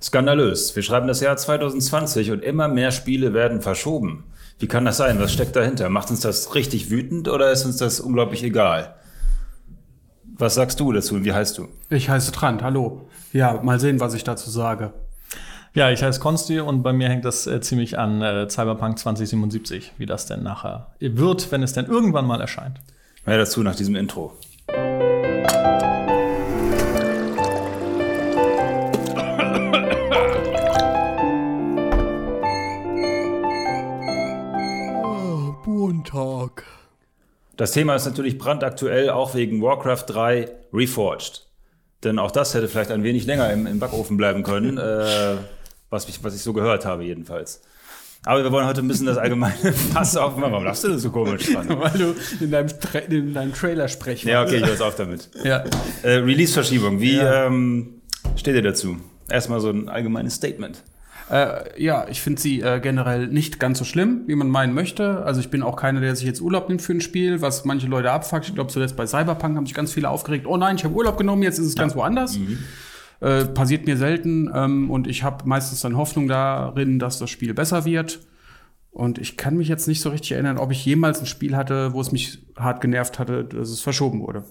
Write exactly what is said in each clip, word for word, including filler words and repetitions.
Skandalös. Wir schreiben das Jahr zwanzig zwanzig und immer mehr Spiele werden verschoben. Wie kann das sein? Was steckt dahinter? Macht uns das richtig wütend oder ist uns das unglaublich egal? Was sagst du dazu und wie heißt du? Ich heiße Trant, hallo. Ja, mal sehen, was ich dazu sage. Ja, ich heiße Konsti und bei mir hängt das äh, ziemlich an äh, Cyberpunk zwanzig siebenundsiebzig, wie das denn nachher wird, wenn es denn irgendwann mal erscheint. Mehr dazu nach diesem Intro. Oh, Montag. Das Thema ist natürlich brandaktuell, auch wegen Warcraft drei Reforged. Denn auch das hätte vielleicht ein wenig länger im, im Backofen bleiben können, äh, was, ich, was ich so gehört habe jedenfalls. Aber wir wollen heute ein bisschen das allgemeine Fass aufmachen. Warum lachst du das so komisch dran? Weil du in deinem, Tra- in deinem Trailer sprechen. Ja, okay, ich höre auf damit. Ja. Äh, Release-Verschiebung, wie Ja. ähm, steht ihr dazu? Erstmal so ein allgemeines Statement. Äh, ja, ich finde sie äh, generell nicht ganz so schlimm, wie man meinen möchte. Also ich bin auch keiner, der sich jetzt Urlaub nimmt für ein Spiel, was manche Leute abfuckt. Ich glaube, zuletzt bei Cyberpunk haben sich ganz viele aufgeregt. Oh nein, ich habe Urlaub genommen, jetzt ist es ganz woanders. Mhm. Äh, passiert mir selten. Ähm, und ich habe meistens dann Hoffnung darin, dass das Spiel besser wird. Und ich kann mich jetzt nicht so richtig erinnern, ob ich jemals ein Spiel hatte, wo es mich hart genervt hatte, dass es verschoben wurde.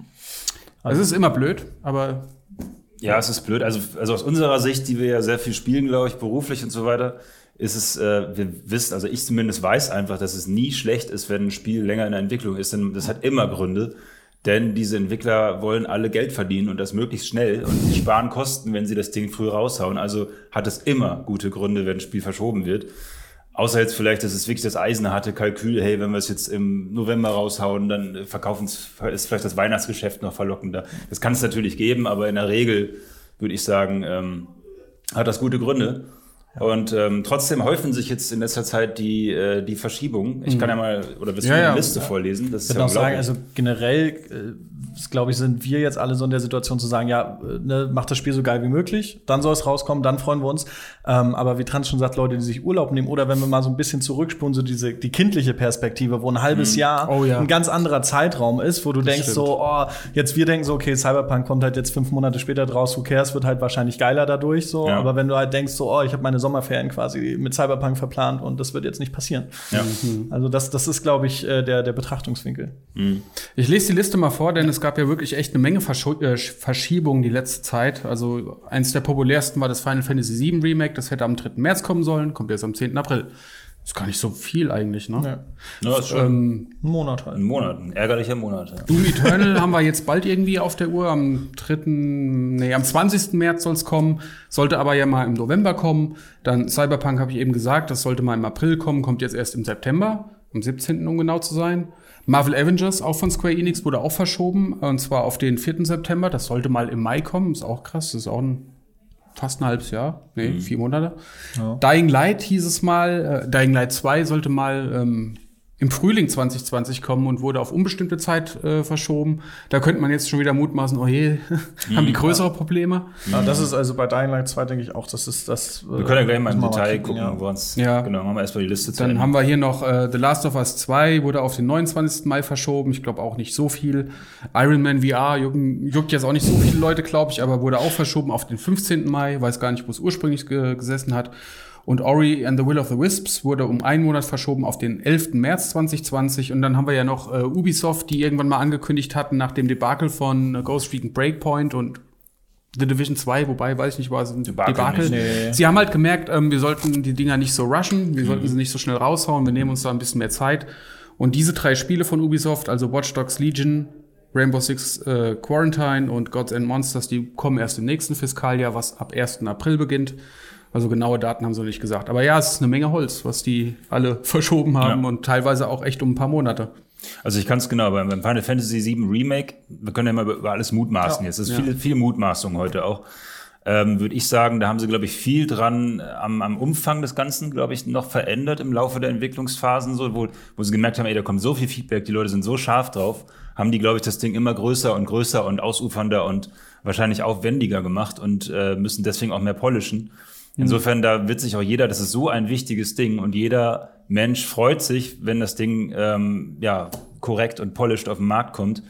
Also es ist immer blöd, aber Ja, es ist blöd. Also, also aus unserer Sicht, die wir ja sehr viel spielen, glaube ich, beruflich und so weiter, ist es, äh, wir wissen, also ich zumindest weiß einfach, dass es nie schlecht ist, wenn ein Spiel länger in der Entwicklung ist. Denn das hat immer Gründe. Denn diese Entwickler wollen alle Geld verdienen und das möglichst schnell und die sparen Kosten, wenn sie das Ding früh raushauen. Also hat es immer gute Gründe, wenn ein Spiel verschoben wird. Außer jetzt vielleicht, dass es wirklich das eisenharte Kalkül, hey, wenn wir es jetzt im November raushauen, dann verkaufen es, ist vielleicht das Weihnachtsgeschäft noch verlockender. Das kann es natürlich geben, aber in der Regel würde ich sagen, ähm, hat das gute Gründe. Ja. Und ähm, trotzdem häufen sich jetzt in letzter Zeit die, äh, die Verschiebungen. Ich kann ja mal, oder willst du Ja, eine ja. Liste vorlesen? Das Ich ist würde ja auch sagen, unglaublich. also generell, äh, glaube ich, sind wir jetzt alle so in der Situation zu sagen, ja, äh, ne, macht das Spiel so geil wie möglich, dann soll es rauskommen, dann freuen wir uns. Ähm, aber wie Trans schon sagt, Leute, die sich Urlaub nehmen oder wenn wir mal so ein bisschen zurückspulen, so diese die kindliche Perspektive, wo ein halbes Mhm. Jahr Oh, ja. ein ganz anderer Zeitraum ist, wo du denkst stimmt. so, oh, jetzt wir denken so, okay, Cyberpunk kommt halt jetzt fünf Monate später draus, who cares, wird halt wahrscheinlich geiler dadurch, so. Ja. Aber wenn du halt denkst so, oh, ich habe meine Sommerferien quasi mit Cyberpunk verplant und das wird jetzt nicht passieren. Ja. Also das, das ist, glaube ich, äh, der, der Betrachtungswinkel. Mhm. ich lese die Liste mal vor, denn es gab ja wirklich echt eine Menge Verscho- äh, Verschiebungen die letzte Zeit. Also eins der populärsten war das Final Fantasy sieben Remake, das hätte am dritten März kommen sollen, kommt jetzt am zehnten April. Ist gar nicht so viel eigentlich, ne? Ja. Ja, ist schon Ähm, Ein Monat halt. ein Monat, ein ärgerlicher Monat. Ja. Doom Eternal haben wir jetzt bald irgendwie auf der Uhr. Am dritten, nee, am zwanzigsten März soll es kommen. Sollte aber ja mal im November kommen. Dann Cyberpunk habe ich eben gesagt, das sollte mal im April kommen, kommt jetzt erst im September, am siebzehnten um genau zu sein. Marvel Avengers, auch von Square Enix, wurde auch verschoben. Und zwar auf den vierten September. Das sollte mal im Mai kommen. Ist auch krass. Das ist auch ein, fast ein halbes Jahr. Nee, Mhm. vier Monate. Ja. Dying Light hieß es mal. Äh, Dying Light zwei sollte mal ähm, im Frühling zwanzig zwanzig kommen und wurde auf unbestimmte Zeit äh, verschoben. Da könnte man jetzt schon wieder mutmaßen, oh je, haben die größere Probleme. Ja, das ist also bei Dying Light zwei, denke ich auch, das ist das. Wir können ja gleich mal im müssen wir Detail kicken, gucken, ja. wo uns. Ja. Genau, machen wir erstmal die Liste zu Dann Ende. haben wir hier noch äh, The Last of Us zwei, wurde auf den neunundzwanzigsten Mai verschoben. Ich glaube auch nicht so viel. Iron Man V R juckt, juckt jetzt auch nicht so viele Leute, glaube ich, aber wurde auch verschoben auf den fünfzehnten Mai. Weiß gar nicht, wo es ursprünglich ge- gesessen hat. Und Ori and the Will of the Wisps wurde um einen Monat verschoben auf den elften März zwanzig zwanzig. Und dann haben wir ja noch äh, Ubisoft, die irgendwann mal angekündigt hatten, nach dem Debakel von äh, Ghost Recon Breakpoint und The Division zwei, wobei, weiß ich nicht, war es ein Debakel Debakel. nicht. Nee. Sie haben halt gemerkt, ähm, wir sollten die Dinger nicht so rushen, wir sollten sie nicht so schnell raushauen, wir nehmen uns da ein bisschen mehr Zeit. Und diese drei Spiele von Ubisoft, also Watch Dogs Legion, Rainbow Six äh, Quarantine und Gods and Monsters, die kommen erst im nächsten Fiskaljahr, was ab ersten April beginnt. Also genaue Daten haben sie nicht gesagt. Aber ja, es ist eine Menge Holz, was die alle verschoben haben Ja. und teilweise auch echt um ein paar Monate. Also ich kann es genau, beim beim Final Fantasy sieben Remake, wir können ja mal über, über alles mutmaßen Ja. jetzt. Es ist Ja. viele, viele Mutmaßungen heute auch. Ähm, würde ich sagen, da haben sie, glaube ich, viel dran äh, am, am Umfang des Ganzen, glaube ich, noch verändert im Laufe der Entwicklungsphasen, so, wo, wo sie gemerkt haben, ey, da kommt so viel Feedback, die Leute sind so scharf drauf, haben die, glaube ich, das Ding immer größer und größer und ausufernder und wahrscheinlich aufwendiger gemacht und äh, müssen deswegen auch mehr polischen. Insofern, da wird sich auch jeder, das ist so ein wichtiges Ding und jeder Mensch freut sich, wenn das Ding ähm, ja korrekt und polished auf den Markt kommt.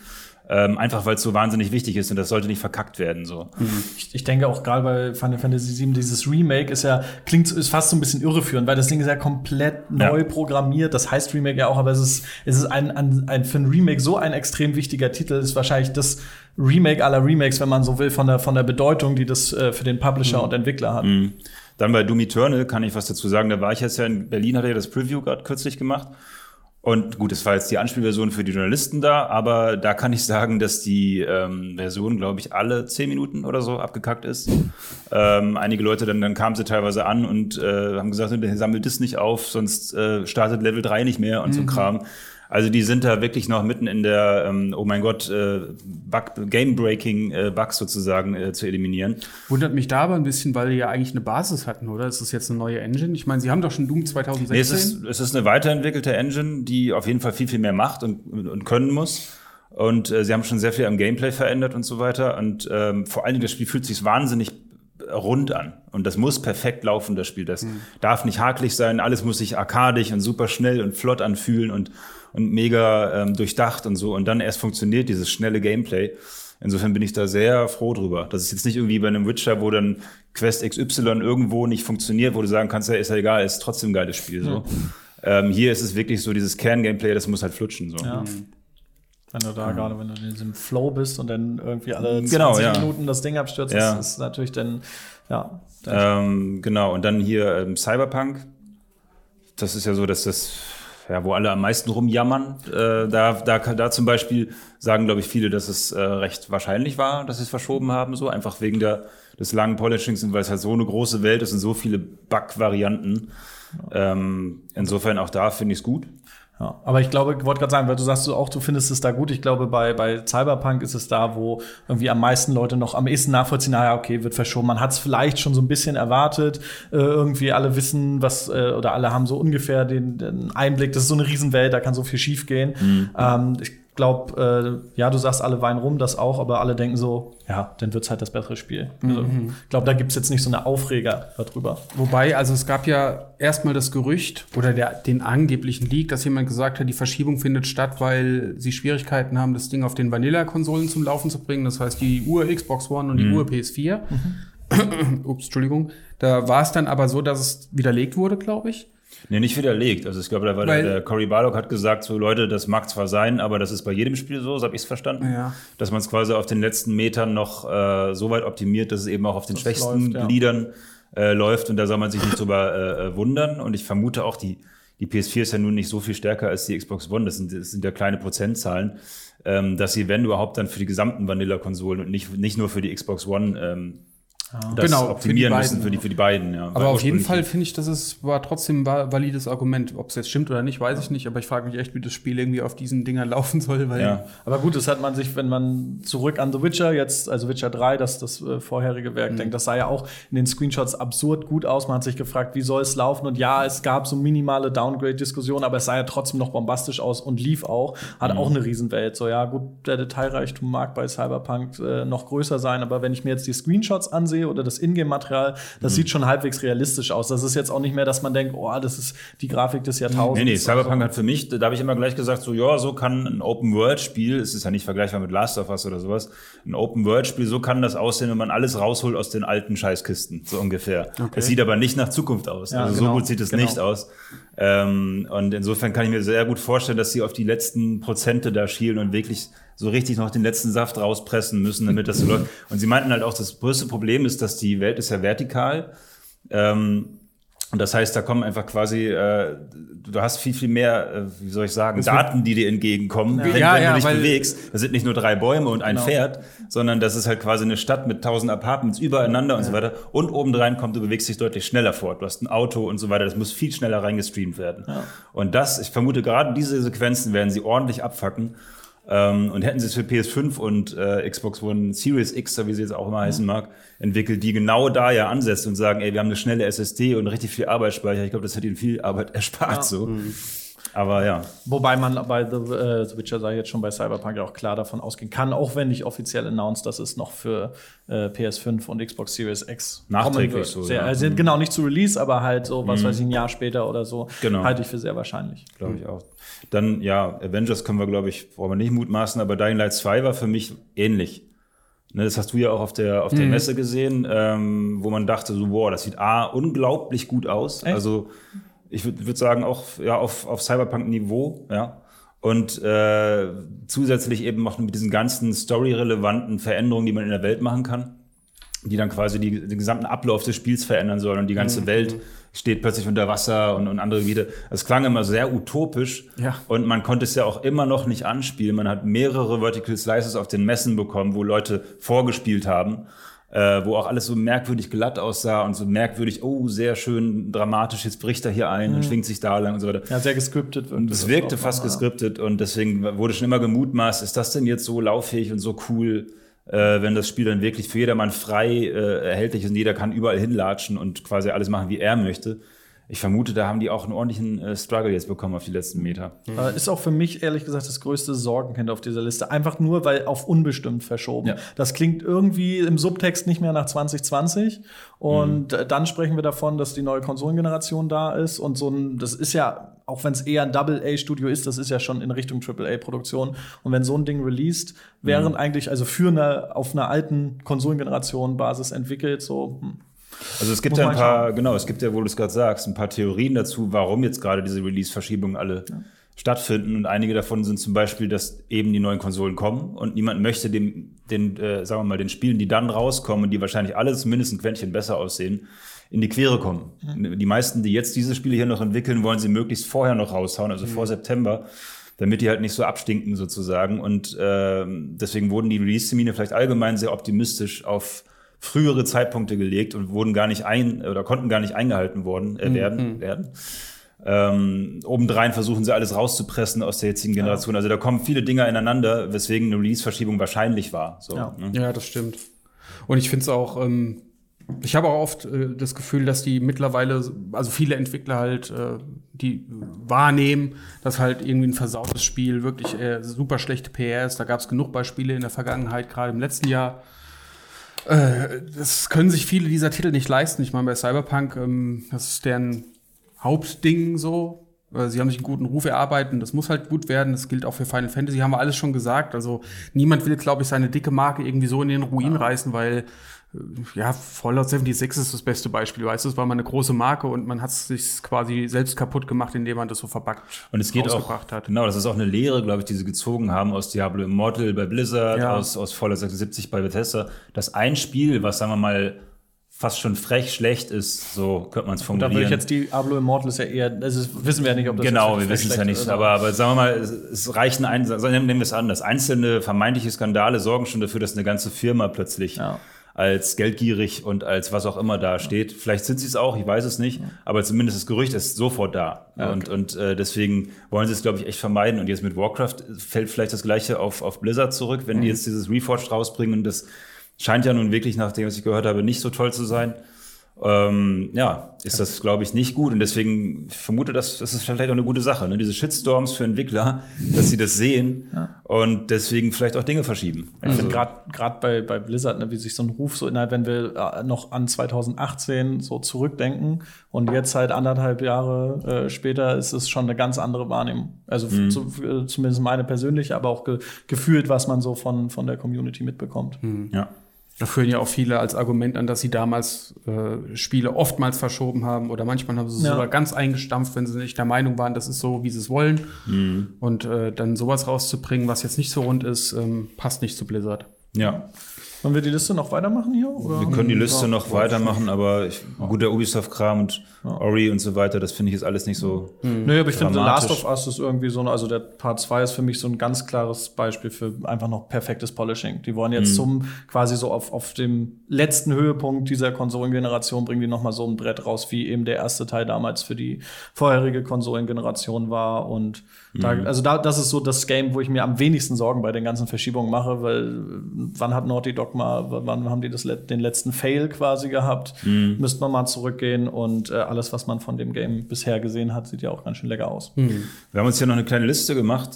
Ähm, einfach weil es so wahnsinnig wichtig ist und das sollte nicht verkackt werden. So. Ich, ich denke auch gerade bei Final Fantasy sieben, dieses Remake ist ja, klingt, ist fast so ein bisschen irreführend, weil das Ding ist ja komplett neu ja. programmiert. Das heißt Remake ja auch, aber es ist, es ist ein, ein, ein, für ein Remake so ein extrem wichtiger Titel, ist wahrscheinlich das Remake aller Remakes, wenn man so will, von der, von der Bedeutung, die das äh, für den Publisher mhm. und Entwickler hat. Mhm. Dann bei Doom Eternal kann ich was dazu sagen. Da war ich jetzt ja in Berlin, hatte ja das Preview gerade kürzlich gemacht. Und gut, es war jetzt die Anspielversion für die Journalisten da, aber da kann ich sagen, dass die ähm, Version, glaube ich, alle zehn Minuten oder so abgekackt ist. Ähm, einige Leute, dann, dann kamen sie teilweise an und äh, haben gesagt, sammelt das nicht auf, sonst äh, startet Level drei nicht mehr und mhm. so Kram. Also die sind da wirklich noch mitten in der, ähm, oh mein Gott, äh, Game-Breaking-Bugs sozusagen äh, zu eliminieren. Wundert mich da aber ein bisschen, weil die ja eigentlich eine Basis hatten, oder? Ist das jetzt eine neue Engine? Ich meine, sie haben doch schon Doom zwanzig sechzehn. Nee, es ist, es ist eine weiterentwickelte Engine, die auf jeden Fall viel, viel mehr macht und, und können muss. Und äh, sie haben schon sehr viel am Gameplay verändert und so weiter. Und ähm, vor allen Dingen, das Spiel fühlt sich wahnsinnig rund an. Und das muss perfekt laufen, das Spiel. Das mhm. darf nicht hakelig sein. Alles muss sich arkadig und super schnell und flott anfühlen und und mega ähm, durchdacht und so. Und dann erst funktioniert dieses schnelle Gameplay. Insofern bin ich da sehr froh drüber. Das ist jetzt nicht irgendwie bei einem Witcher, wo dann Quest X Y irgendwo nicht funktioniert, wo du sagen kannst, ja, ist ja egal, ist trotzdem ein geiles Spiel. So. Mhm. Ähm, hier ist es wirklich so dieses Kern-Gameplay, das muss halt flutschen. So. Ja. Wenn du da mhm. gerade, wenn du in diesem Flow bist und dann irgendwie alle zwanzig genau, ja. Minuten das Ding abstürzt, ja. das ist natürlich dann, ja. Ähm, genau, und dann hier ähm, Cyberpunk. Das ist ja so, dass das ja, wo alle am meisten rumjammern. Äh, da, da, da zum Beispiel sagen, glaube ich, viele, dass es äh, recht wahrscheinlich war, dass sie es verschoben haben, so einfach wegen der, des langen Polishings, weil es halt so eine große Welt ist und so viele Bug-Varianten. Ja. Ähm, insofern auch da finde ich es gut. Ja, aber ich glaube, ich wollte gerade sagen, weil du sagst du auch, du findest es da gut. Ich glaube, bei, bei Cyberpunk ist es da, wo irgendwie am meisten Leute noch am ehesten nachvollziehen, ah ja, okay, wird verschoben. Man hat es vielleicht schon so ein bisschen erwartet. Äh, irgendwie alle wissen, was, äh, oder alle haben so ungefähr den, den Einblick, das ist so eine Riesenwelt, da kann so viel schief gehen. Mhm. Ähm, ich glaube, äh, ja, du sagst, alle weinen rum, das auch, aber alle denken so, ja, dann wird's halt das bessere Spiel. Mhm. Also, ich glaube, da gibt's jetzt nicht so eine Aufreger darüber. Wobei, also es gab ja erstmal das Gerücht oder der, den angeblichen Leak, dass jemand gesagt hat, die Verschiebung findet statt, weil sie Schwierigkeiten haben, das Ding auf den Vanilla-Konsolen zum Laufen zu bringen. Das heißt, die Ur-Xbox One und die mhm. Ur-P S vier. Mhm. Ups, Entschuldigung. Da war es dann aber so, dass es widerlegt wurde, glaube ich. Nee, nicht widerlegt. Also ich glaube, da war der, der Cory Barlog hat gesagt, so Leute, das mag zwar sein, aber das ist bei jedem Spiel so, so habe ich es verstanden. Ja. Dass man es quasi auf den letzten Metern noch äh, so weit optimiert, dass es eben auch auf den das schwächsten läuft, ja. Gliedern äh, läuft und da soll man sich nicht drüber äh, wundern. Und ich vermute auch, die, die P S vier ist ja nun nicht so viel stärker als die Xbox One, das sind, das sind ja kleine Prozentzahlen, ähm, dass sie, wenn überhaupt, dann für die gesamten Vanilla-Konsolen und nicht, nicht nur für die Xbox One ähm, das genau, optimieren für müssen für die, für die beiden. Ja. Aber auf jeden Fall finde ich, dass es war trotzdem ein valides Argument. Ob es jetzt stimmt oder nicht, weiß ich nicht. Aber ich frage mich echt, wie das Spiel irgendwie auf diesen Dingern laufen soll. Weil ja. Aber gut, das hat man sich, wenn man zurück an The Witcher jetzt, also Witcher drei, das, das äh, vorherige Werk, mhm. denkt, das sah ja auch in den Screenshots absurd gut aus. Man hat sich gefragt, wie soll es laufen? Und ja, es gab so minimale Downgrade-Diskussionen, aber es sah ja trotzdem noch bombastisch aus und lief auch. Hat mhm. auch eine Riesenwelt. So, ja, gut, der Detailreichtum mag bei Cyberpunk äh, noch größer sein, aber wenn ich mir jetzt die Screenshots ansehe oder das Ingame-Material, das mhm. sieht schon halbwegs realistisch aus. Das ist jetzt auch nicht mehr, dass man denkt, oh, das ist die Grafik des Jahrtausends. Nee, nee, Cyberpunk so. Hat für mich, da habe ich immer gleich gesagt, so, ja, so kann ein Open-World-Spiel, es ist ja nicht vergleichbar mit Last of Us oder sowas, ein Open-World-Spiel, so kann das aussehen, wenn man alles rausholt aus den alten Scheißkisten, so ungefähr. Okay. Es sieht aber nicht nach Zukunft aus. Ja, also genau, so gut sieht es genau. nicht aus. Ähm, und insofern kann ich mir sehr gut vorstellen, dass sie auf die letzten Prozente da schielen und wirklich so richtig noch den letzten Saft rauspressen müssen, damit das so läuft. Und sie meinten halt auch, das größte Problem ist, dass die Welt ist ja vertikal. Ähm, und das heißt, da kommen einfach quasi, äh, du hast viel, viel mehr, äh, wie soll ich sagen, das Daten, die dir entgegenkommen, ja. wenn, ja, wenn ja, du dich bewegst. Das sind nicht nur drei Bäume und ein genau. Pferd, sondern das ist halt quasi eine Stadt mit tausend Apartments übereinander ja. und so weiter. Und obendrein kommt, du bewegst dich deutlich schneller fort. Du hast ein Auto und so weiter. Das muss viel schneller reingestreamt werden. Ja. Und das, ich vermute, gerade diese Sequenzen werden sie ordentlich abfacken. Ähm, und hätten sie es für P S fünf und äh, Xbox One Series X, wie sie jetzt auch immer heißen mag, entwickelt, die genau da ja ansetzt und sagen, ey, wir haben eine schnelle S S D und richtig viel Arbeitsspeicher. Ich glaube, das hätte ihnen viel Arbeit erspart. Ja. So. Mhm. Aber ja. Wobei man bei The, äh, The Witcher, sage ich jetzt schon, bei Cyberpunk ja auch klar davon ausgehen kann, auch wenn nicht offiziell announced, dass es noch für äh, P S fünf und Xbox Series X nachträglich so. Sehr, Ja. also, genau, nicht zu Release, aber halt so, was mhm. weiß ich, ein Jahr später oder so, genau. halte ich für sehr wahrscheinlich. Glaube ich auch. Dann, ja, Avengers können wir, glaube ich, brauchen wir nicht mutmaßen, aber Dying Light zwei war für mich ähnlich. Ne, das hast du ja auch auf der, auf der mhm. Messe gesehen, ähm, wo man dachte so, wow, das sieht A, unglaublich gut aus. Echt? Also ich würde würd sagen, auch ja, auf, auf Cyberpunk-Niveau, ja. Und äh, zusätzlich eben noch mit diesen ganzen story-relevanten Veränderungen, die man in der Welt machen kann, die dann quasi die, den gesamten Ablauf des Spiels verändern sollen und die ganze mhm. Welt steht plötzlich unter Wasser und, und andere Gebiete. Es klang immer sehr utopisch ja. und man konnte es ja auch immer noch nicht anspielen. Man hat mehrere Vertical Slices auf den Messen bekommen, wo Leute vorgespielt haben, äh, wo auch alles so merkwürdig glatt aussah und so merkwürdig, oh, sehr schön dramatisch, jetzt bricht er hier ein mhm. und schwingt sich da lang und so weiter. Ja, sehr gescriptet. Und es wirkte fast gescriptet und deswegen wurde schon immer gemutmaßt, ist das denn jetzt so lauffähig und so cool, Äh, wenn das Spiel dann wirklich für jedermann frei äh, erhältlich ist und jeder kann überall hinlatschen und quasi alles machen, wie er möchte. Ich vermute, da haben die auch einen ordentlichen äh, Struggle jetzt bekommen auf die letzten Meter. Mhm. Ist auch für mich, ehrlich gesagt, das größte Sorgenkind auf dieser Liste. Einfach nur, weil auf unbestimmt verschoben. Ja. Das klingt irgendwie im Subtext nicht mehr nach zwanzig zwanzig. Und mhm. dann sprechen wir davon, dass die neue Konsolengeneration da ist. Und so ein, das ist ja, auch wenn es eher ein Double-A-Studio ist, das ist ja schon in Richtung Triple-A-Produktion. Und wenn so ein Ding released, während mhm. eigentlich, also für eine, auf einer alten Konsolengeneration-Basis entwickelt, so, hm. Also es gibt ja ein paar, schauen. genau, es gibt ja, wo du es gerade sagst, ein paar Theorien dazu, warum jetzt gerade diese Release-Verschiebungen alle ja. stattfinden. Und einige davon sind zum Beispiel, dass eben die neuen Konsolen kommen und niemand möchte dem, den, äh, sagen wir mal, den Spielen, die dann rauskommen und die wahrscheinlich alle zumindest ein Quäntchen besser aussehen, in die Quere kommen. Mhm. Die meisten, die jetzt diese Spiele hier noch entwickeln, wollen sie möglichst vorher noch raushauen, also mhm. vor September, damit die halt nicht so abstinken sozusagen. Und äh, deswegen wurden die Release-Termine vielleicht allgemein sehr optimistisch auf frühere Zeitpunkte gelegt und wurden gar nicht ein oder konnten gar nicht eingehalten worden äh, werden. Mhm. werden. Ähm, obendrein versuchen sie alles rauszupressen aus der jetzigen Generation. Ja. Also da kommen viele Dinge ineinander, weswegen eine Release-Verschiebung wahrscheinlich war. So, ja. Ne? ja, das stimmt. Und ich finde es auch, ähm, ich habe auch oft äh, das Gefühl, dass die mittlerweile, also viele Entwickler halt, äh, die wahrnehmen, dass halt irgendwie ein versautes Spiel wirklich äh, super schlechte P R ist. Da gab es genug Beispiele in der Vergangenheit, gerade im letzten Jahr. Das können sich viele dieser Titel nicht leisten. Ich meine, bei Cyberpunk, ähm, das ist deren Hauptding so. Sie haben sich einen guten Ruf erarbeitet. Das muss halt gut werden. Das gilt auch für Final Fantasy. Haben wir alles schon gesagt. Also niemand will, glaube ich, seine dicke Marke irgendwie so in den Ruin ja. reißen, weil ja, Fallout sechsundsiebzig ist das beste Beispiel. Weißt du, es war mal eine große Marke und man hat es sich quasi selbst kaputt gemacht, indem man das so verpackt und es geht auch, hat. Genau, das ist auch eine Lehre, glaube ich, die sie gezogen haben aus Diablo Immortal bei Blizzard, ja. aus, aus Fallout sechsundsiebzig bei Bethesda. Dass ein Spiel, was, sagen wir mal, fast schon frech schlecht ist, so könnte man es formulieren. Da würde ich jetzt Diablo Immortal ist ja eher, das ist, wissen wir ja nicht, ob das genau, wir wissen es ja nicht, aber, aber sagen wir mal, es, es reichen ein, nehmen wir es anders. Einzelne vermeintliche Skandale sorgen schon dafür, dass eine ganze Firma plötzlich ja. als geldgierig und als was auch immer da steht. Vielleicht sind sie es auch, ich weiß es nicht, aber zumindest das Gerücht ist sofort da. Ja, okay. Und, und äh, deswegen wollen sie es, glaube ich, echt vermeiden. Und jetzt mit Warcraft fällt vielleicht das Gleiche auf, auf Blizzard zurück, wenn mhm. die jetzt dieses Reforged rausbringen. Und das scheint ja nun wirklich, nach dem, was ich gehört habe, nicht so toll zu sein. Ähm, ja, ist das, glaube ich, nicht gut. Und deswegen ich vermute, dass das ist vielleicht auch eine gute Sache. Ne? Diese Shitstorms für Entwickler, dass sie das sehen ja. und deswegen vielleicht auch Dinge verschieben. Ich also, finde gerade gerade bei, bei Blizzard, ne, wie sich so ein Ruf so innerhalb, wenn wir äh, noch an zwanzig achtzehn so zurückdenken und jetzt halt anderthalb Jahre äh, später ist es schon eine ganz andere Wahrnehmung. Also mhm. zu, äh, zumindest meine persönliche, aber auch ge- gefühlt, was man so von, von der Community mitbekommt. Mhm. Ja. Da führen ja auch viele als Argument an, dass sie damals äh, Spiele oftmals verschoben haben oder manchmal haben sie ja. sogar ganz eingestampft, wenn sie nicht der Meinung waren, das ist so, wie sie es wollen. Mhm. Und äh, dann sowas rauszubringen, was jetzt nicht so rund ist, ähm, passt nicht zu Blizzard. Ja. Wollen wir die Liste noch weitermachen hier? Oder? Wir können die Liste ja, noch weitermachen, aber ich, gut, der Ubisoft-Kram und ja. Ori und so weiter, das finde ich jetzt alles nicht so mhm. Nö, aber ich finde, The Last of Us ist irgendwie so, also der Part zwei ist für mich so ein ganz klares Beispiel für einfach noch perfektes Polishing. Die wollen jetzt mhm. zum, quasi so auf, auf dem letzten Höhepunkt dieser Konsolengeneration bringen die noch mal so ein Brett raus, wie eben der erste Teil damals für die vorherige Konsolengeneration war. Und da, also da, das ist so das Game, wo ich mir am wenigsten Sorgen bei den ganzen Verschiebungen mache, weil wann hat Naughty Dog Dogma, wann haben die das, den letzten Fail quasi gehabt? Mhm. Müsste man mal zurückgehen und äh, alles, was man von dem Game bisher gesehen hat, sieht ja auch ganz schön lecker aus. Mhm. Wir haben uns hier noch eine kleine Liste gemacht,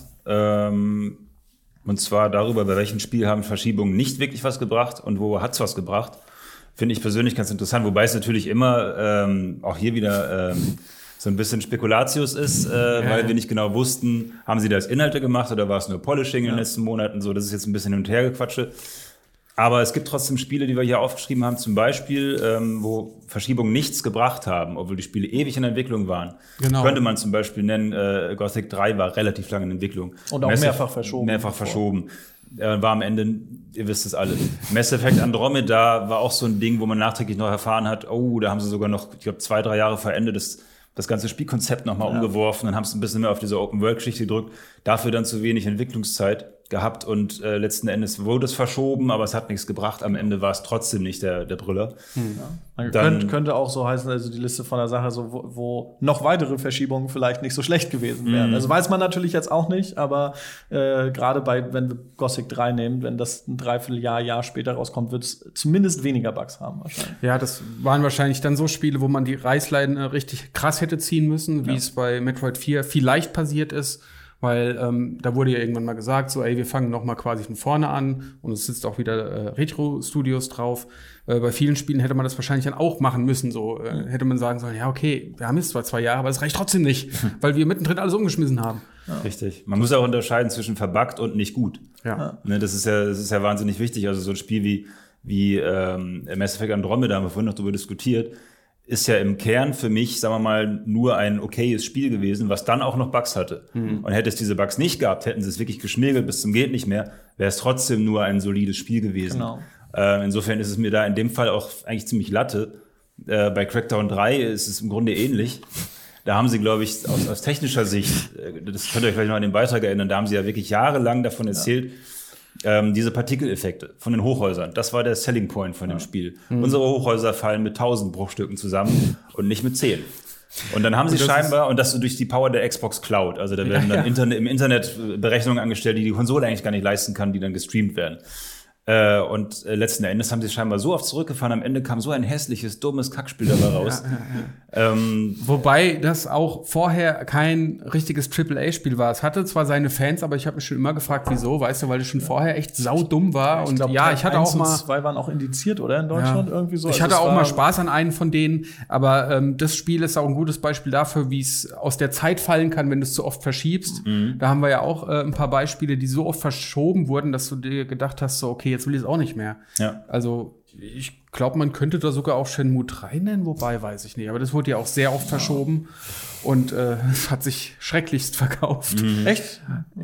ähm, und zwar darüber, bei welchen Spielen haben Verschiebungen nicht wirklich was gebracht und wo hat es was gebracht. Finde ich persönlich ganz interessant, wobei es natürlich immer ähm, auch hier wieder ähm, so ein bisschen Spekulatius ist, äh, ja. weil wir nicht genau wussten, haben sie das Inhalte gemacht oder war es nur Polishing ja. in den letzten Monaten? So, das ist jetzt ein bisschen hin und her gequatsche. Aber es gibt trotzdem Spiele, die wir hier aufgeschrieben haben, zum Beispiel, ähm, wo Verschiebungen nichts gebracht haben, obwohl die Spiele ewig in Entwicklung waren. Genau. Könnte man zum Beispiel nennen, äh, Gothic drei war relativ lange in Entwicklung. Und auch Massive, mehrfach verschoben. Mehrfach verschoben. Äh, war am Ende, ihr wisst es alle. Mass Effect Andromeda war auch so ein Ding, wo man nachträglich noch erfahren hat, oh, da haben sie sogar noch, ich glaube, zwei, drei Jahre vor Ende das, das ganze Spielkonzept nochmal ja. umgeworfen und haben es ein bisschen mehr auf diese Open-World-Geschichte gedrückt. Dafür dann zu wenig Entwicklungszeit gehabt und äh, letzten Endes wurde es verschoben, aber es hat nichts gebracht. Am Ende war es trotzdem nicht der, der Brüller. Hm. Ja. Dann, könnte, könnte auch so heißen, also die Liste von der Sache, so, wo, wo noch weitere Verschiebungen vielleicht nicht so schlecht gewesen wären. Mhm. Also weiß man natürlich jetzt auch nicht, aber äh, gerade bei, wenn wir Gothic drei nehmen, wenn das ein Dreivierteljahr, Jahr später rauskommt, wird es zumindest weniger Bugs haben wahrscheinlich. Ja, das waren wahrscheinlich dann so Spiele, wo man die Reißleine richtig krass hätte ziehen müssen, wie ja. es bei Metroid vier vielleicht passiert ist. Weil ähm, da wurde ja irgendwann mal gesagt, so, ey, wir fangen noch mal quasi von vorne an und es sitzt auch wieder äh, Retro-Studios drauf. Äh, bei vielen Spielen hätte man das wahrscheinlich dann auch machen müssen. So äh, hätte man sagen sollen, ja, okay, wir haben jetzt zwar zwei Jahre, aber das reicht trotzdem nicht, weil wir mittendrin alles umgeschmissen haben. Ja. Richtig. Man muss auch unterscheiden zwischen verbuggt und nicht gut. Ja. Ne, das ist ja, das ist ja wahnsinnig wichtig. Also so ein Spiel wie, wie ähm, Mass Effect Andromeda, haben wir vorhin noch darüber diskutiert, ist ja im Kern für mich, sagen wir mal, nur ein okayes Spiel gewesen, was dann auch noch Bugs hatte. Mhm. Und hätte es diese Bugs nicht gehabt, hätten sie es wirklich geschmirgelt bis zum geht nicht mehr, wäre es trotzdem nur ein solides Spiel gewesen. Genau. Äh, insofern ist es mir da in dem Fall auch eigentlich ziemlich Latte. Äh, bei Crackdown drei ist es im Grunde ähnlich. Da haben sie, glaube ich, aus, aus technischer Sicht, das könnt ihr euch vielleicht noch an den Beitrag erinnern, da haben sie ja wirklich jahrelang davon erzählt, ja. Ähm, diese Partikeleffekte von den Hochhäusern, das war der Selling Point von ja. dem Spiel. Mhm. Unsere Hochhäuser fallen mit tausend Bruchstücken zusammen und nicht mit zehn. Und dann haben sie und scheinbar, und das durch die Power der Xbox Cloud, also da werden dann ja, ja. Internet, im Internet Berechnungen angestellt, die die Konsole eigentlich gar nicht leisten kann, die dann gestreamt werden. Äh, und äh, letzten Endes haben sie scheinbar so oft zurückgefahren, am Ende kam so ein hässliches, dummes Kackspiel dabei raus. Ja, ja, ja. Ähm, Wobei das auch vorher kein richtiges Triple A-Spiel war. Es hatte zwar seine Fans, aber ich habe mich schon immer gefragt, wieso, weißt du, weil es schon ja. vorher echt saudumm war. Ich und glaub, ja, ich hatte auch mal. Zwei waren auch indiziert, oder? In Deutschland ja. irgendwie so. Ich also hatte auch mal Spaß an einem von denen, aber ähm, das Spiel ist auch ein gutes Beispiel dafür, wie es aus der Zeit fallen kann, wenn du es zu oft verschiebst. Mhm. Da haben wir ja auch äh, ein paar Beispiele, die so oft verschoben wurden, dass du dir gedacht hast, so, okay, jetzt will ich es auch nicht mehr. Ja. Also ich glaube, man könnte da sogar auch Shenmue drei nennen, wobei weiß ich nicht. Aber das wurde ja auch sehr oft verschoben und äh, es hat sich schrecklichst verkauft. Mhm. Echt?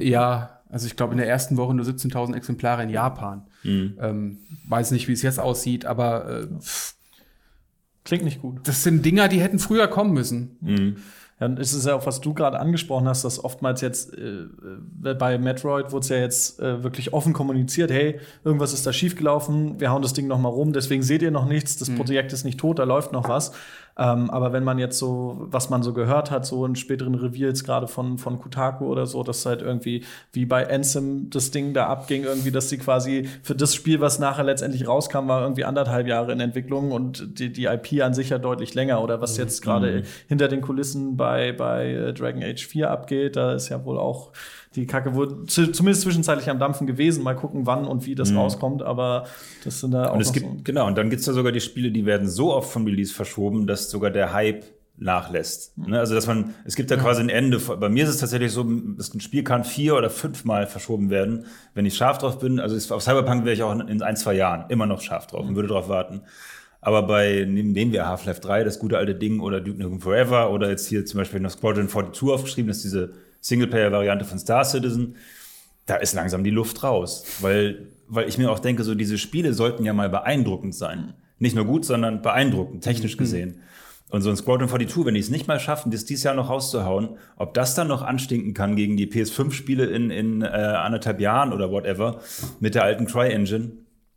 Ja, also ich glaube in der ersten Woche nur siebzehntausend Exemplare in Japan. Mhm. Ähm, weiß nicht, wie es jetzt aussieht, aber äh, klingt nicht gut. Das sind Dinger, die hätten früher kommen müssen. Mhm. Dann ist es ja auch, was du gerade angesprochen hast, dass oftmals jetzt äh, bei Metroid wurde es ja jetzt äh, wirklich offen kommuniziert, hey, irgendwas ist da schiefgelaufen, wir hauen das Ding noch mal rum, deswegen seht ihr noch nichts, das mhm. Projekt ist nicht tot, da läuft noch was. Ähm, aber wenn man jetzt so, was man so gehört hat, so in späteren Reveals, gerade von, von Kotaku oder so, dass halt irgendwie wie bei Anthem das Ding da abging, irgendwie, dass sie quasi für das Spiel, was nachher letztendlich rauskam, war irgendwie anderthalb Jahre in Entwicklung und die, die I P an sich ja deutlich länger. Oder was jetzt gerade mhm. hinter den Kulissen bei, bei Dragon Age vier abgeht, da ist ja wohl auch die Kacke wohl zumindest zwischenzeitlich am Dampfen gewesen. Mal gucken, wann und wie das mhm. rauskommt, aber das sind da auch und es noch gibt, so. Genau, und dann gibt's da sogar die Spiele, die werden so oft vom Release verschoben, dass sogar der Hype nachlässt. Mhm. Ne? Also, dass man, es gibt da ja. quasi ein Ende. Bei mir ist es tatsächlich so, dass ein Spiel kann vier oder fünfmal verschoben werden, wenn ich scharf drauf bin. Also auf Cyberpunk wäre ich auch in ein, zwei Jahren immer noch scharf drauf mhm. und würde drauf warten. Aber bei, nehmen wir Half-Life drei, das gute alte Ding, oder Duke Nukem Forever, oder jetzt hier zum Beispiel noch Squadron zweiundvierzig aufgeschrieben, das ist diese Singleplayer-Variante von Star Citizen, da ist langsam die Luft raus. Weil, weil ich mir auch denke, so diese Spiele sollten ja mal beeindruckend sein. Nicht nur gut, sondern beeindruckend, technisch gesehen. Mhm. Und so ein Squadron zweiundvierzig, wenn die es nicht mal schaffen, das dieses Jahr noch rauszuhauen, ob das dann noch anstinken kann gegen die P S fünf Spiele in, in äh, anderthalb Jahren oder whatever, mit der alten Cry-Engine,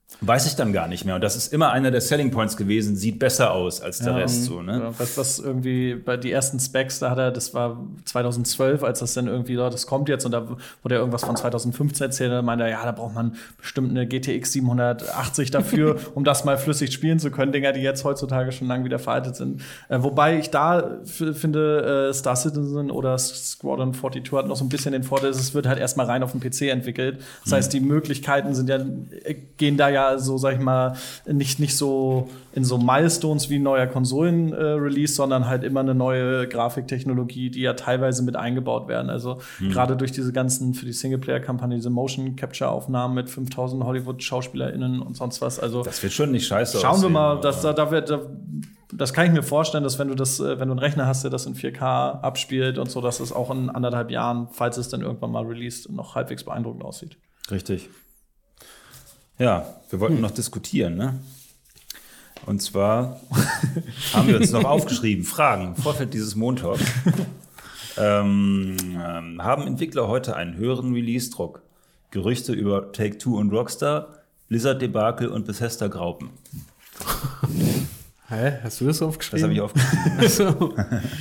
weiß ich dann gar nicht mehr. Und das ist immer einer der Selling Points gewesen, sieht besser aus als der Ja, Rest. So, ne? Ja, was, was irgendwie bei die ersten Specs, da hat er, das war zweitausendzwölf, als das dann irgendwie, das kommt jetzt, und da wurde ja irgendwas von zweitausendfünfzehn erzählt, da meinte er, ja, da braucht man bestimmt eine G T X siebenhundertachtzig dafür, um das mal flüssig spielen zu können. Dinger, die jetzt heutzutage schon lang wieder veraltet sind. Äh, wobei ich da f- finde, äh, Star Citizen oder Squadron zweiundvierzig hat noch so ein bisschen den Vorteil, es wird halt erstmal rein auf dem P C entwickelt. Das heißt, die Möglichkeiten sind ja, gehen da ja so, sag ich mal, nicht, nicht so in so Milestones wie ein neuer Konsolen-Release, äh, sondern halt immer eine neue Grafiktechnologie, die ja teilweise mit eingebaut werden. Also Mhm. gerade durch diese ganzen, für die Singleplayer-Kampagne, diese Motion-Capture-Aufnahmen mit fünftausend Hollywood-SchauspielerInnen und sonst was. Also Das wird schon nicht scheiße schauen wir aussehen, mal, aber- dass da, da wird, da, das kann ich mir vorstellen, dass wenn du das, äh, wenn du einen Rechner hast, der das in vier K abspielt und so, dass es auch in anderthalb Jahren, falls es dann irgendwann mal released, noch halbwegs beeindruckend aussieht. Richtig. Ja, wir wollten Hm. noch diskutieren, ne? Und zwar haben wir uns noch aufgeschrieben, Fragen im Vorfeld dieses Montags. ähm, ähm, haben Entwickler heute einen höheren Release-Druck? Gerüchte über Take-Two und Rockstar, Blizzard-Debakel und Bethesda-Graupen. Hä? Hast du das Das aufgeschrieben? habe ich aufgeschrieben. So.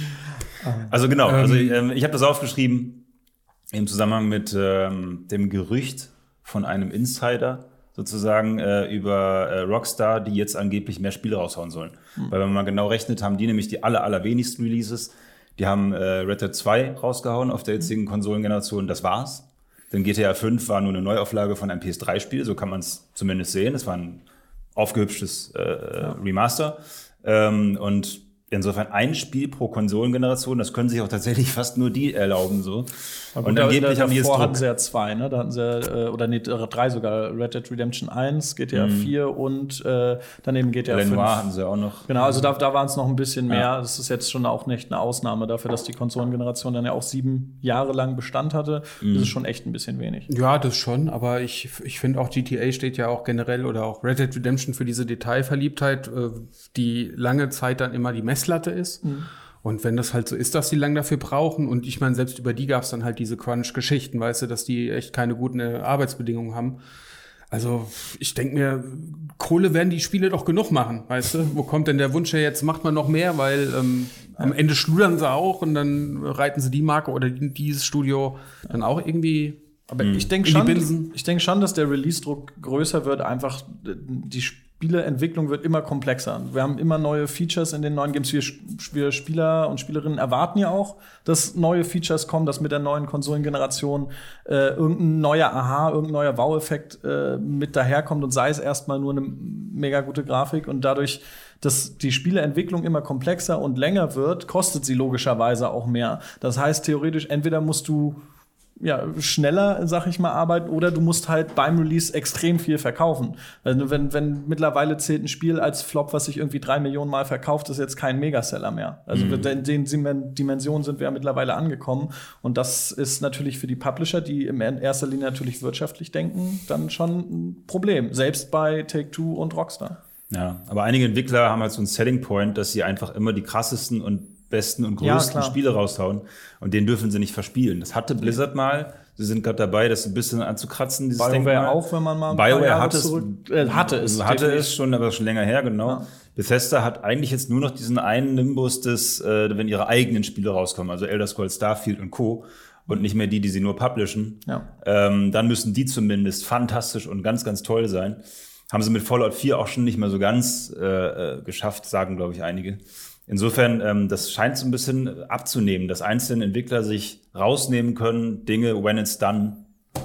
Also genau, Ähm. also ähm, ich habe das aufgeschrieben im Zusammenhang mit ähm, dem Gerücht von einem Insider sozusagen äh, über äh, Rockstar, die jetzt angeblich mehr Spiele raushauen sollen. Mhm. Weil wenn man mal genau rechnet, haben die nämlich die aller, allerwenigsten Releases. Die haben äh, Red Dead zwei rausgehauen auf der jetzigen Konsolengeneration, das war's. Denn G T A fünf war nur eine Neuauflage von einem P S drei Spiel, so kann man es zumindest sehen. Es war ein aufgehübschtes äh, ja. Remaster. Ähm, und insofern ein Spiel pro Konsolengeneration, das können sich auch tatsächlich fast nur die erlauben. So. Und, und angeblich haben die jetzt davor Druck. hatten sie ja zwei, ne? Da hatten sie äh, oder nee, drei sogar, Red Dead Redemption eins, G T A Mhm. vier und äh, daneben G T A fünf. Lenoir hatten sie auch noch. Genau, also da, da waren es noch ein bisschen mehr. Ja. Das ist jetzt schon auch nicht eine Ausnahme dafür, dass die Konsolengeneration dann ja auch sieben Jahre lang Bestand hatte. Mhm. Das ist schon echt ein bisschen wenig. Ja, das schon, aber ich, ich finde auch G T A steht ja auch generell oder auch Red Dead Redemption für diese Detailverliebtheit, äh, die lange Zeit dann immer die Messlatte ist. Mhm. Und wenn das halt so ist, dass die lang dafür brauchen, und ich meine, selbst über die gab es dann halt diese Crunch-Geschichten, weißt du, dass die echt keine guten äh, Arbeitsbedingungen haben. Also ich denke mir, Kohle werden die Spiele doch genug machen, weißt du? Wo kommt denn der Wunsch her, jetzt macht man noch mehr, weil ähm, am Ende schludern sie auch und dann reiten sie die Marke oder dieses Studio dann auch irgendwie. Aber ich denke In die schon, Binsen. ich denke schon, dass der Release-Druck größer wird. Einfach die Spieleentwicklung wird immer komplexer. Wir haben immer neue Features in den neuen Games. Wir, wir Spieler und Spielerinnen erwarten ja auch, dass neue Features kommen, dass mit der neuen Konsolengeneration äh, irgendein neuer Aha, irgendein neuer Wow-Effekt äh, mit daherkommt und sei es erstmal nur eine mega gute Grafik und dadurch dass die Spieleentwicklung immer komplexer und länger wird, kostet sie logischerweise auch mehr. Das heißt, theoretisch, entweder musst du ja, schneller, sag ich mal, arbeiten, oder du musst halt beim Release extrem viel verkaufen. Also wenn, wenn mittlerweile zählt ein Spiel als Flop, was sich irgendwie drei Millionen Mal verkauft, ist jetzt kein Megaseller mehr. Also Mhm. in den Dimensionen sind wir ja mittlerweile angekommen. Und das ist natürlich für die Publisher, die in erster Linie natürlich wirtschaftlich denken, dann schon ein Problem. Selbst bei Take-Two und Rockstar. Ja, aber einige Entwickler haben halt so einen Selling Point, dass sie einfach immer die krassesten und besten und Ja, größten klar. Spiele raushauen und den dürfen sie nicht verspielen. Das hatte Blizzard mal. Sie sind gerade dabei, das ein bisschen anzukratzen, dieses BioWare Denkmal. auch, wenn man mal ein paar BioWare Jahre hatte es, zurück- äh, hatte es, hatte definitiv. es schon, aber schon länger her, genau. Ja. Bethesda hat eigentlich jetzt nur noch diesen einen Nimbus des, äh, wenn ihre eigenen Spiele rauskommen, also Elder Scrolls, Starfield und Co. und nicht mehr die, die sie nur publishen. Ja. Ähm, dann müssen die zumindest fantastisch und ganz, ganz toll sein. Haben sie mit Fallout vier auch schon nicht mehr so ganz äh, äh, geschafft, sagen, glaube ich, einige. Insofern, ähm, das scheint so ein bisschen abzunehmen, dass einzelne Entwickler sich rausnehmen können, Dinge, when it's done,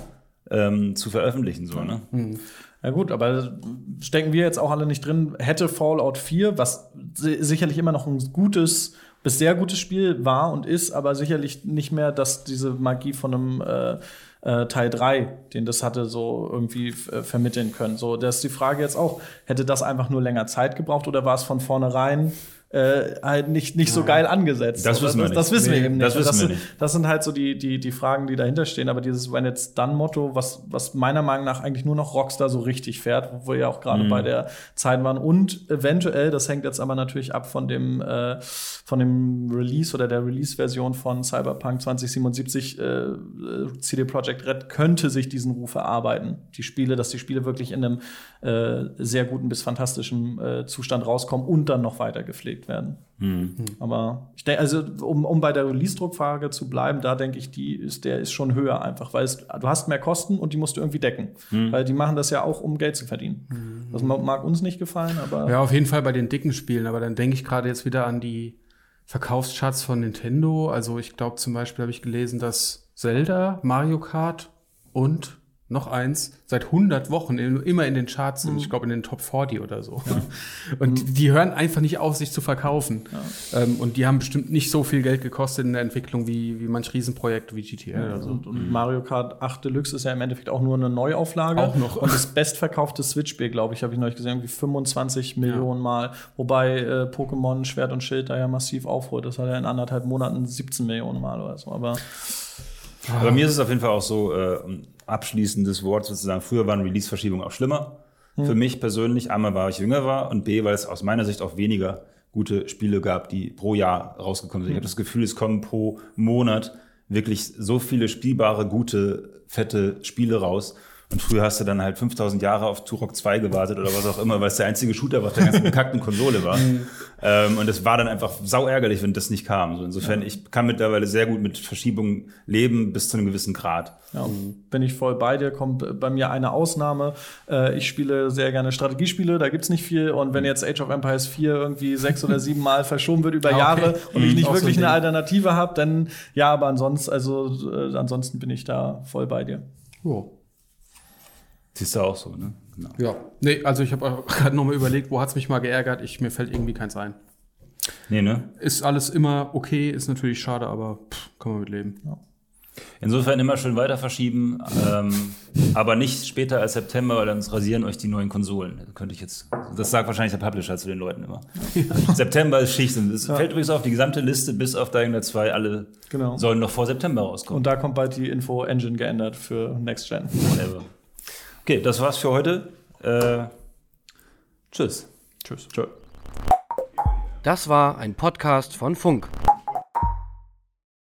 ähm, zu veröffentlichen. So, ne? Ja gut, aber stecken wir jetzt auch alle nicht drin. Hätte Fallout vier, was si- sicherlich immer noch ein gutes bis sehr gutes Spiel war und ist, aber sicherlich nicht mehr, dass diese Magie von einem äh, äh, Teil drei, den das hatte, so irgendwie äh, vermitteln können. So, das ist die Frage jetzt auch, hätte das einfach nur länger Zeit gebraucht oder war es von vornherein äh, halt nicht, nicht so geil angesetzt? Das wissen wir das, das nicht. wissen wir Nee, eben nicht. das Und wissen wir sind, nicht. das sind halt so die, die, die Fragen, die dahinter stehen. Aber dieses When It's Done-Motto, was, was meiner Meinung nach eigentlich nur noch Rockstar so richtig fährt, wo wir ja auch gerade Mhm. bei der Zeit waren. Und eventuell, das hängt jetzt aber natürlich ab von dem, äh, von dem Release oder der Release-Version von Cyberpunk zwanzig siebenundsiebzig äh, C D Projekt Red könnte sich diesen Ruf erarbeiten. Die Spiele, dass die Spiele wirklich in einem äh, sehr guten bis fantastischen äh, Zustand rauskommen und dann noch weiter gepflegt werden. Mhm. Aber ich denke, also um, um bei der Release-Druckfrage zu bleiben, da denke ich, die ist, der ist schon höher einfach, weil es, du hast mehr Kosten und die musst du irgendwie decken. Mhm. Weil die machen das ja auch, um Geld zu verdienen. Mhm. Das mag uns nicht gefallen, aber ja, auf jeden Fall bei den dicken Spielen. Aber dann denke ich gerade jetzt wieder an die Verkaufscharts von Nintendo. Also ich glaube zum Beispiel habe ich gelesen, dass Zelda, Mario Kart und noch eins seit hundert Wochen in, immer in den Charts sind. Mhm. Ich glaube in den Top vierzig oder so. Ja. Und die, die hören einfach nicht auf, sich zu verkaufen. Ja. Ähm, und die haben bestimmt nicht so viel Geld gekostet in der Entwicklung wie, wie manch Riesenprojekte wie G T A. Ja, oder so. Und, und Mario Kart acht Deluxe ist ja im Endeffekt auch nur eine Neuauflage. Auch noch. Und das bestverkaufte Switch-Spiel, glaube ich, habe ich neulich gesehen, irgendwie fünfundzwanzig ja. Millionen Mal. Wobei äh, Pokémon Schwert und Schild da ja massiv aufholt. Das hat ja in anderthalb Monaten siebzehn Millionen Mal oder so. Aber Aber mir ist es auf jeden Fall auch so, äh, abschließendes Wort sozusagen, früher waren Release-Verschiebungen auch schlimmer. Hm. Für mich persönlich, einmal, weil ich jünger war und B, weil es aus meiner Sicht auch weniger gute Spiele gab, die pro Jahr rausgekommen sind. Hm. Ich habe das Gefühl, es kommen pro Monat wirklich so viele spielbare, gute, fette Spiele raus. Und früher hast du dann halt fünftausend Jahre auf Turok zwei gewartet oder was auch immer, weil es der einzige Shooter auf der ganzen bekackten Konsole war. ähm, und es war dann einfach sau ärgerlich, wenn das nicht kam. So, insofern, ja. ich kann mittlerweile sehr gut mit Verschiebungen leben bis zu einem gewissen Grad. Ja, bin ich voll bei dir. Kommt bei mir eine Ausnahme. Äh, ich spiele sehr gerne Strategiespiele, da gibt's nicht viel. Und wenn jetzt Age of Empires vier irgendwie sechs oder sieben Mal verschoben wird über Jahre okay. und ich nicht mhm, wirklich so eine Alternative habe, dann ja, aber ansonsten, also äh, ansonsten bin ich da voll bei dir. Oh. Siehst du auch so, ne? Genau. Ja. Nee, also ich habe gerade noch mal überlegt, wo hat's mich mal geärgert? Ich, mir fällt irgendwie keins ein. Nee, ne? Ist alles immer okay, ist natürlich schade, aber pff, kann man mit leben. Ja. Insofern immer schön weiter verschieben, ähm, aber nicht später als September, weil dann rasieren euch die neuen Konsolen. Das könnte ich jetzt, das sagt wahrscheinlich der Publisher zu den Leuten immer. Ja. September ist Schicht. Es ja. fällt übrigens auf, die gesamte Liste bis auf Dying zwei, alle genau. sollen noch vor September rauskommen. Und da kommt bald die Info-Engine geändert für Next Gen. Whatever. Okay, das war's für heute. Äh, tschüss. Tschüss. Tschüss. Das war ein Podcast von Funk.